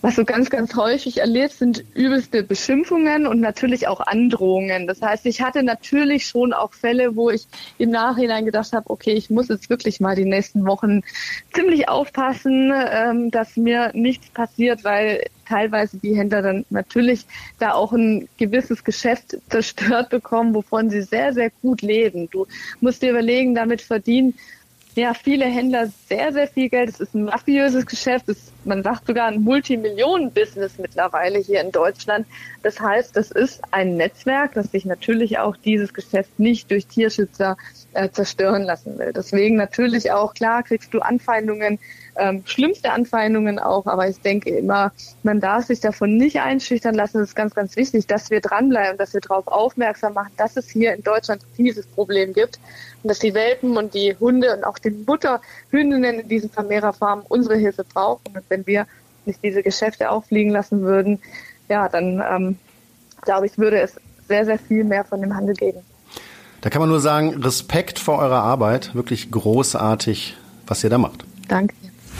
Was du ganz, ganz häufig erlebst, sind übelste Beschimpfungen und natürlich auch Androhungen. Das heißt, ich hatte natürlich schon auch Fälle, wo ich im Nachhinein gedacht habe, okay, ich muss jetzt wirklich mal die nächsten Wochen ziemlich aufpassen, ähm, dass mir nichts passiert, weil teilweise die Händler dann natürlich da auch ein gewisses Geschäft zerstört bekommen, wovon sie sehr, sehr gut leben. Du musst dir überlegen, damit verdienen ja viele Händler sehr, sehr viel Geld. Es ist ein mafiöses Geschäft. Es ist, man sagt sogar ein Multimillionen-Business mittlerweile hier in Deutschland. Das heißt, das ist ein Netzwerk, das sich natürlich auch dieses Geschäft nicht durch Tierschützer äh, zerstören lassen will. Deswegen natürlich auch, klar, kriegst du Anfeindungen, ähm, schlimmste Anfeindungen auch, aber ich denke immer, man darf sich davon nicht einschüchtern lassen. Es ist ganz, ganz wichtig, dass wir dranbleiben, dass wir darauf aufmerksam machen, dass es hier in Deutschland dieses Problem gibt und dass die Welpen und die Hunde und auch die Mutterhündinnen in diesen Vermehrerfarmen unsere Hilfe brauchen. Und wenn wir nicht diese Geschäfte auffliegen lassen würden, ja, dann ähm, glaube ich, würde es sehr, sehr viel mehr von dem Handel geben. Da kann man nur sagen, Respekt vor eurer Arbeit, wirklich großartig, was ihr da macht. Danke.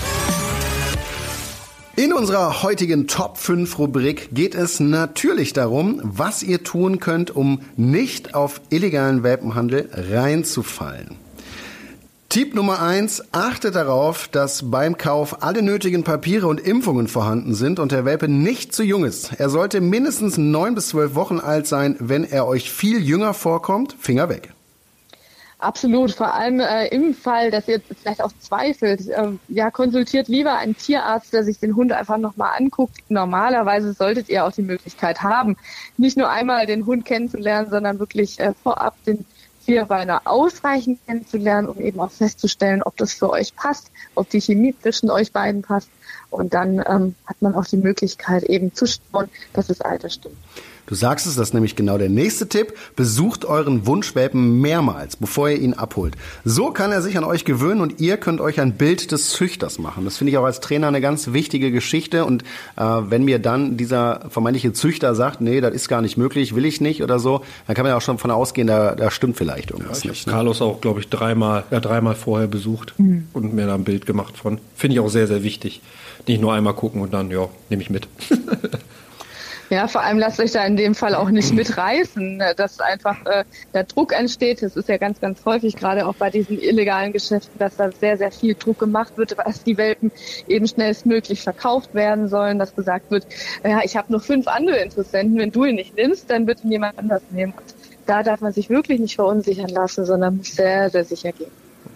In unserer heutigen Top fünf Rubrik geht es natürlich darum, was ihr tun könnt, um nicht auf illegalen Welpenhandel reinzufallen. Tipp Nummer eins, achtet darauf, dass beim Kauf alle nötigen Papiere und Impfungen vorhanden sind und der Welpe nicht zu jung ist. Er sollte mindestens neun bis zwölf Wochen alt sein. Wenn er euch viel jünger vorkommt, Finger weg. Absolut, vor allem äh, im Fall, dass ihr vielleicht auch zweifelt, äh, ja, konsultiert lieber einen Tierarzt, der sich den Hund einfach nochmal anguckt. Normalerweise solltet ihr auch die Möglichkeit haben, nicht nur einmal den Hund kennenzulernen, sondern wirklich äh, vorab den Vierbeiner ausreichend kennenzulernen, um eben auch festzustellen, ob das für euch passt, ob die Chemie zwischen euch beiden passt. Und dann ähm, hat man auch die Möglichkeit eben zu schauen, dass das Alter stimmt. Du sagst es, das ist nämlich genau der nächste Tipp. Besucht euren Wunschwelpen mehrmals, bevor ihr ihn abholt. So kann er sich an euch gewöhnen und ihr könnt euch ein Bild des Züchters machen. Das finde ich auch als Trainer eine ganz wichtige Geschichte. Und äh, wenn mir dann dieser vermeintliche Züchter sagt, nee, das ist gar nicht möglich, will ich nicht oder so, dann kann man ja auch schon davon ausgehen, da, da stimmt vielleicht irgendwas ja, ich nicht. Ich habe Carlos auch, glaube ich, dreimal, ja, dreimal vorher besucht mhm. und mir da ein Bild gemacht von. Finde ich auch sehr, sehr wichtig. Nicht nur einmal gucken und dann, ja, nehme ich mit. Ja, vor allem lasst euch da in dem Fall auch nicht mitreißen, dass einfach äh, der Druck entsteht. Das ist ja ganz, ganz häufig, gerade auch bei diesen illegalen Geschäften, dass da sehr, sehr viel Druck gemacht wird, dass die Welpen eben schnellstmöglich verkauft werden sollen, dass gesagt wird, ja, ich habe noch fünf andere Interessenten, wenn du ihn nicht nimmst, dann wird ihn jemand anders nehmen. Und da darf man sich wirklich nicht verunsichern lassen, sondern muss sehr, sehr sicher gehen.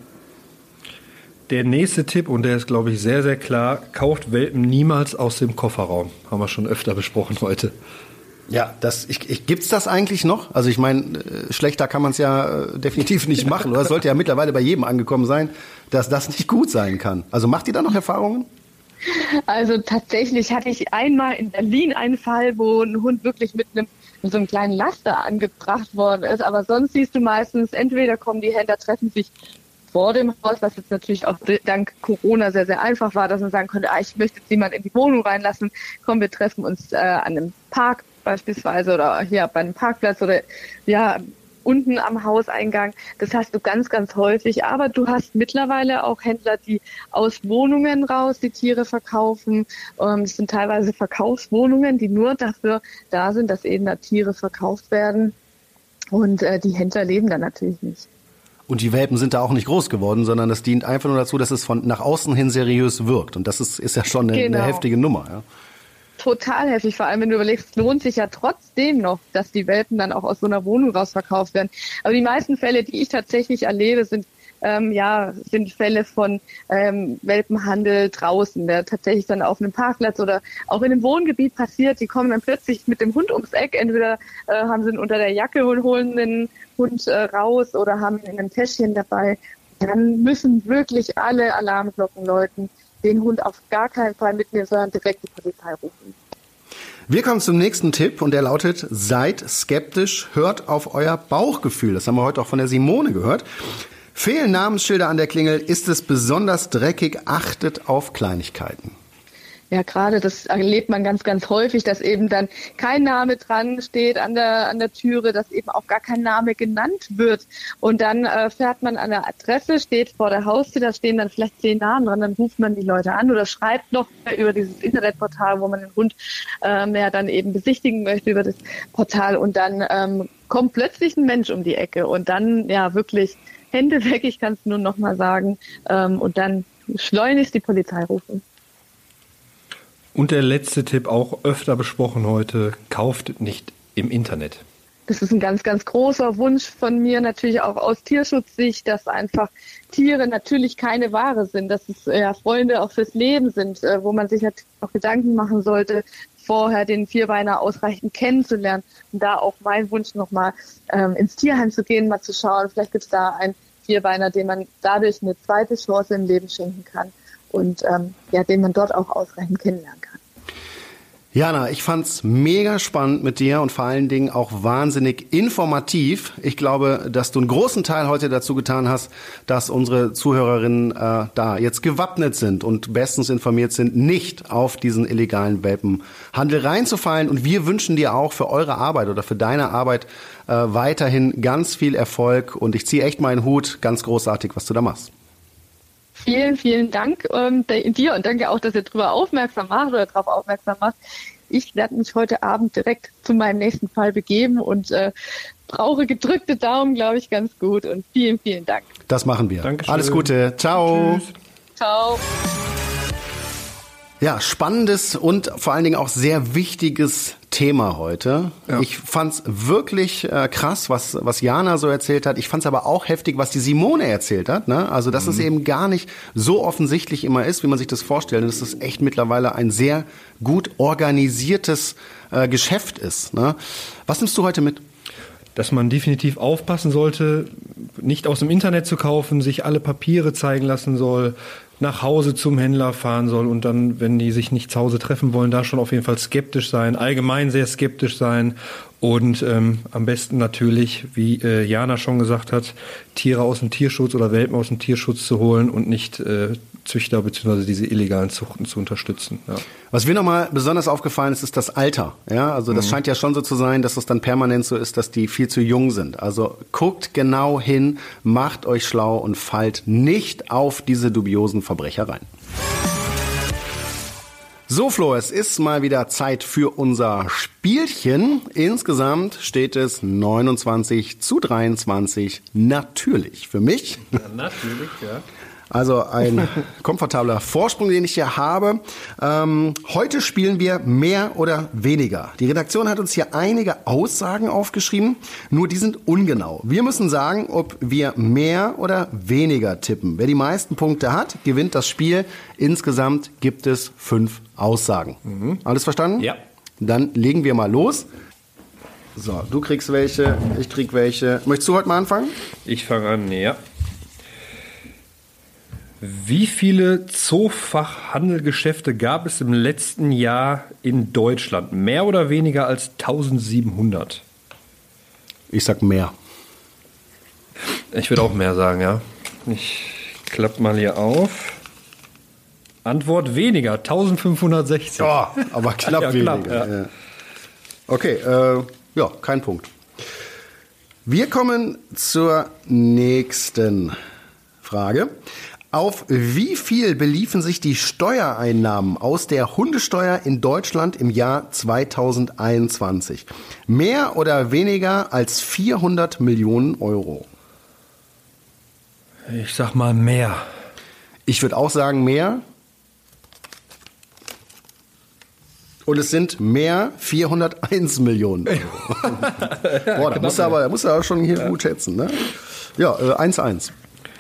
Der nächste Tipp, und der ist, glaube ich, sehr, sehr klar, kauft Welpen niemals aus dem Kofferraum. Haben wir schon öfter besprochen heute. Ja, das, ich, ich, gibt's das eigentlich noch? Also ich meine, äh, schlechter kann man es ja äh, definitiv nicht machen. Oder es sollte ja mittlerweile bei jedem angekommen sein, dass das nicht gut sein kann. Also macht ihr da noch Erfahrungen? Also tatsächlich hatte ich einmal in Berlin einen Fall, wo ein Hund wirklich mit einem mit so einem kleinen Laster angebracht worden ist. Aber sonst siehst du meistens, entweder kommen die Händler, treffen sich vor dem Haus, was jetzt natürlich auch dank Corona sehr, sehr einfach war, dass man sagen konnte, ah, ich möchte jetzt jemand in die Wohnung reinlassen, komm, wir treffen uns äh, an einem Park beispielsweise oder hier bei einem Parkplatz oder ja unten am Hauseingang. Das hast du ganz, ganz häufig. Aber du hast mittlerweile auch Händler, die aus Wohnungen raus die Tiere verkaufen. Ähm, das sind teilweise Verkaufswohnungen, die nur dafür da sind, dass eben da Tiere verkauft werden. Und äh, die Händler leben da natürlich nicht. Und die Welpen sind da auch nicht groß geworden, sondern das dient einfach nur dazu, dass es von nach außen hin seriös wirkt. Und das ist, ist ja schon eine, genau. eine heftige Nummer. Ja. Total heftig, vor allem wenn du überlegst, es lohnt sich ja trotzdem noch, dass die Welpen dann auch aus so einer Wohnung raus verkauft werden. Aber die meisten Fälle, die ich tatsächlich erlebe, sind ähm, ja sind Fälle von ähm, Welpenhandel draußen, der tatsächlich dann auf einem Parkplatz oder auch in einem Wohngebiet passiert. Die kommen dann plötzlich mit dem Hund ums Eck, entweder äh, haben sie ihn unter der Jacke und holen den Hund äh, raus oder haben ihn in einem Täschchen dabei. Dann müssen wirklich alle Alarmglocken läuten. Den Hund auf gar keinen Fall mitnehmen, sondern direkt die Polizei rufen. Wir kommen zum nächsten Tipp und der lautet, seid skeptisch, hört auf euer Bauchgefühl. Das haben wir heute auch von der Simone gehört. Fehlen Namensschilder an der Klingel, ist es besonders dreckig, achtet auf Kleinigkeiten. Ja, gerade das erlebt man ganz, ganz häufig, dass eben dann kein Name dran steht an der an der Türe, dass eben auch gar kein Name genannt wird. Und dann äh, fährt man an der Adresse, steht vor der Haustür, da stehen dann vielleicht zehn Namen dran, dann ruft man die Leute an oder schreibt noch über dieses Internetportal, wo man den Hund ähm, ja dann eben besichtigen möchte über das Portal. Und dann ähm, kommt plötzlich ein Mensch um die Ecke und dann ja wirklich Hände weg, ich kann es nur noch mal sagen, ähm, und dann schleunigst die Polizei rufen. Und der letzte Tipp, auch öfter besprochen heute, kauft nicht im Internet. Das ist ein ganz, ganz großer Wunsch von mir, natürlich auch aus Tierschutzsicht, dass einfach Tiere natürlich keine Ware sind, dass es ja Freunde auch fürs Leben sind, äh, wo man sich natürlich auch Gedanken machen sollte, vorher den Vierbeiner ausreichend kennenzulernen. Und da auch mein Wunsch nochmal ähm, ins Tierheim zu gehen, mal zu schauen, vielleicht gibt es da einen Vierbeiner, dem man dadurch eine zweite Chance im Leben schenken kann und ähm, ja, den man dort auch ausreichend kennenlernen kann. Jana, ich fand's mega spannend mit dir und vor allen Dingen auch wahnsinnig informativ. Ich glaube, dass du einen großen Teil heute dazu getan hast, dass unsere Zuhörerinnen äh, da jetzt gewappnet sind und bestens informiert sind, nicht auf diesen illegalen Welpenhandel reinzufallen. Und wir wünschen dir auch für eure Arbeit oder für deine Arbeit äh, weiterhin ganz viel Erfolg. Und ich ziehe echt meinen Hut, ganz großartig, was du da machst. Vielen, vielen Dank ähm, dir und danke auch, dass ihr darüber aufmerksam macht oder darauf aufmerksam macht. Ich werde mich heute Abend direkt zu meinem nächsten Fall begeben und äh, brauche gedrückte Daumen, glaube ich, ganz gut. Und vielen, vielen Dank. Das machen wir. Dankeschön. Alles Gute. Ciao. Tschüss. Ciao. Ja, spannendes und vor allen Dingen auch sehr wichtiges Thema heute. Ja. Ich fand's wirklich äh, krass, was was Jana so erzählt hat. Ich fand's aber auch heftig, was die Simone erzählt hat. Ne? Also, dass mhm. es eben gar nicht so offensichtlich immer ist, wie man sich das vorstellt. Und dass es echt mittlerweile ein sehr gut organisiertes äh, Geschäft ist. Ne? Was nimmst du heute mit? Dass man definitiv aufpassen sollte, nicht aus dem Internet zu kaufen, sich alle Papiere zeigen lassen soll, nach Hause zum Händler fahren soll und dann, wenn die sich nicht zu Hause treffen wollen, da schon auf jeden Fall skeptisch sein, allgemein sehr skeptisch sein und ähm, am besten natürlich, wie äh, Jana schon gesagt hat, Tiere aus dem Tierschutz oder Welpen aus dem Tierschutz zu holen und nicht äh, Züchter bzw. diese illegalen Zuchten zu unterstützen. Ja. Was mir nochmal besonders aufgefallen ist, ist das Alter. Ja, also das mhm. scheint ja schon so zu sein, dass es dann permanent so ist, dass die viel zu jung sind. Also guckt genau hin, macht euch schlau und fallt nicht auf diese dubiosen Verbrecher rein. So, Flo, es ist mal wieder Zeit für unser Spielchen. Insgesamt steht es neunundzwanzig zu dreiundzwanzig. Natürlich für mich. Ja, natürlich, ja. Also ein komfortabler Vorsprung, den ich hier habe. Ähm, heute spielen wir mehr oder weniger. Die Redaktion hat uns hier einige Aussagen aufgeschrieben, nur die sind ungenau. Wir müssen sagen, ob wir mehr oder weniger tippen. Wer die meisten Punkte hat, gewinnt das Spiel. Insgesamt gibt es fünf Aussagen. Mhm. Alles verstanden? Ja. Dann legen wir mal los. So, du kriegst welche, ich krieg welche. Möchtest du heute mal anfangen? Ich fange an, ja. Wie viele Zoofachhandelgeschäfte gab es im letzten Jahr in Deutschland? Mehr oder weniger als eintausendsiebenhundert? Ich sag mehr. Ich würde auch mehr sagen, ja. Ich klappe mal hier auf. Antwort weniger, eintausendfünfhundertsechzig. Oh, aber knapp ja, weniger. Knapp, ja. Ja. Okay, äh, ja, kein Punkt. Wir kommen zur nächsten Frage. Auf wie viel beliefen sich die Steuereinnahmen aus der Hundesteuer in Deutschland im Jahr zweitausendeinundzwanzig? Mehr oder weniger als vierhundert Millionen Euro? Ich sag mal mehr. Ich würde auch sagen mehr. Und es sind mehr vierhunderteins Millionen Euro. Boah, da musst du aber, da musst du aber schon hier ja. gut schätzen, ne? Ja, äh, eins eins.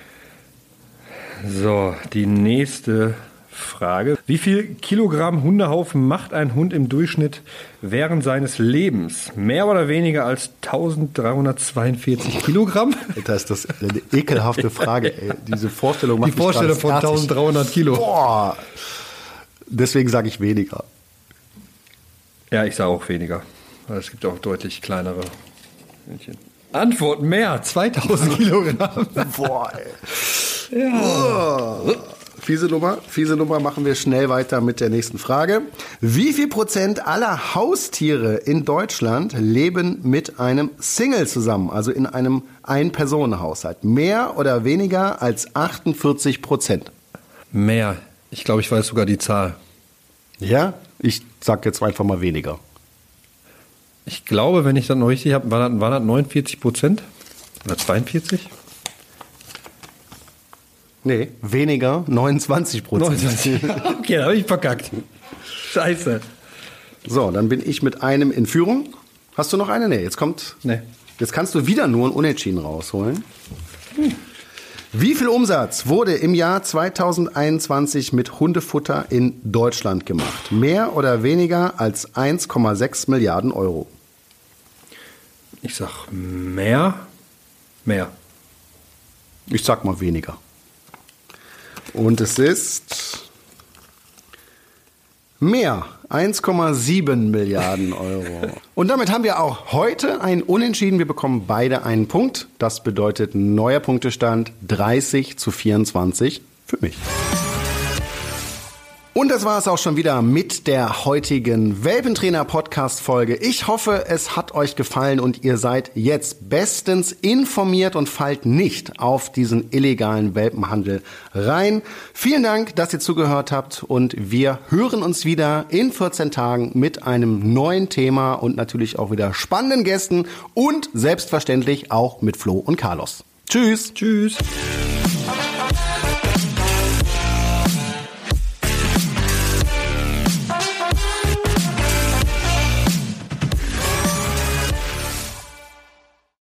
So, die nächste Frage. Wie viel Kilogramm Hundehaufen macht ein Hund im Durchschnitt während seines Lebens? Mehr oder weniger als eintausenddreihundertzweiundvierzig Kilogramm? Das ist das eine ekelhafte Frage, ey. Diese Vorstellung macht Die Vorstellung von eintausenddreihundert Kilo. Boah. Deswegen sage ich weniger. Ja, ich sage auch weniger. Es gibt auch deutlich kleinere Hündchen. Antwort mehr, zweitausend Kilogramm. Boah, ey. Ja. Oh. Fiese Nummer, fiese Nummer, machen wir schnell weiter mit der nächsten Frage. Wie viel Prozent aller Haustiere in Deutschland leben mit einem Single zusammen, also in einem Ein-Personen-Haushalt? Mehr oder weniger als achtundvierzig Prozent? Mehr. Ich glaube, ich weiß sogar die Zahl. Ja, ich sag jetzt einfach mal weniger. Ich glaube, wenn ich das noch richtig habe, waren das, waren das neunundvierzig Prozent? Oder zweiundvierzig? Nee, weniger, neunundzwanzig Prozent. neunundzwanzig. Okay, da habe ich verkackt. Scheiße. So, dann bin ich mit einem in Führung. Hast du noch eine? Nee, jetzt kommt... Nee. Jetzt kannst du wieder nur ein Unentschieden rausholen. Hm. Wie viel Umsatz wurde im Jahr zweitausendeinundzwanzig mit Hundefutter in Deutschland gemacht? Mehr oder weniger als eins Komma sechs Milliarden Euro? Ich sag mehr. Mehr. Ich sag mal weniger. Und es ist mehr. eins Komma sieben Milliarden Euro. Und damit haben wir auch heute ein Unentschieden. Wir bekommen beide einen Punkt. Das bedeutet neuer Punktestand dreißig zu vierundzwanzig für mich. Und das war es auch schon wieder mit der heutigen Welpentrainer-Podcast-Folge. Ich hoffe, es hat euch gefallen und ihr seid jetzt bestens informiert und fallt nicht auf diesen illegalen Welpenhandel rein. Vielen Dank, dass ihr zugehört habt und wir hören uns wieder in vierzehn Tagen mit einem neuen Thema und natürlich auch wieder spannenden Gästen und selbstverständlich auch mit Flo und Carlos. Tschüss. Tschüss.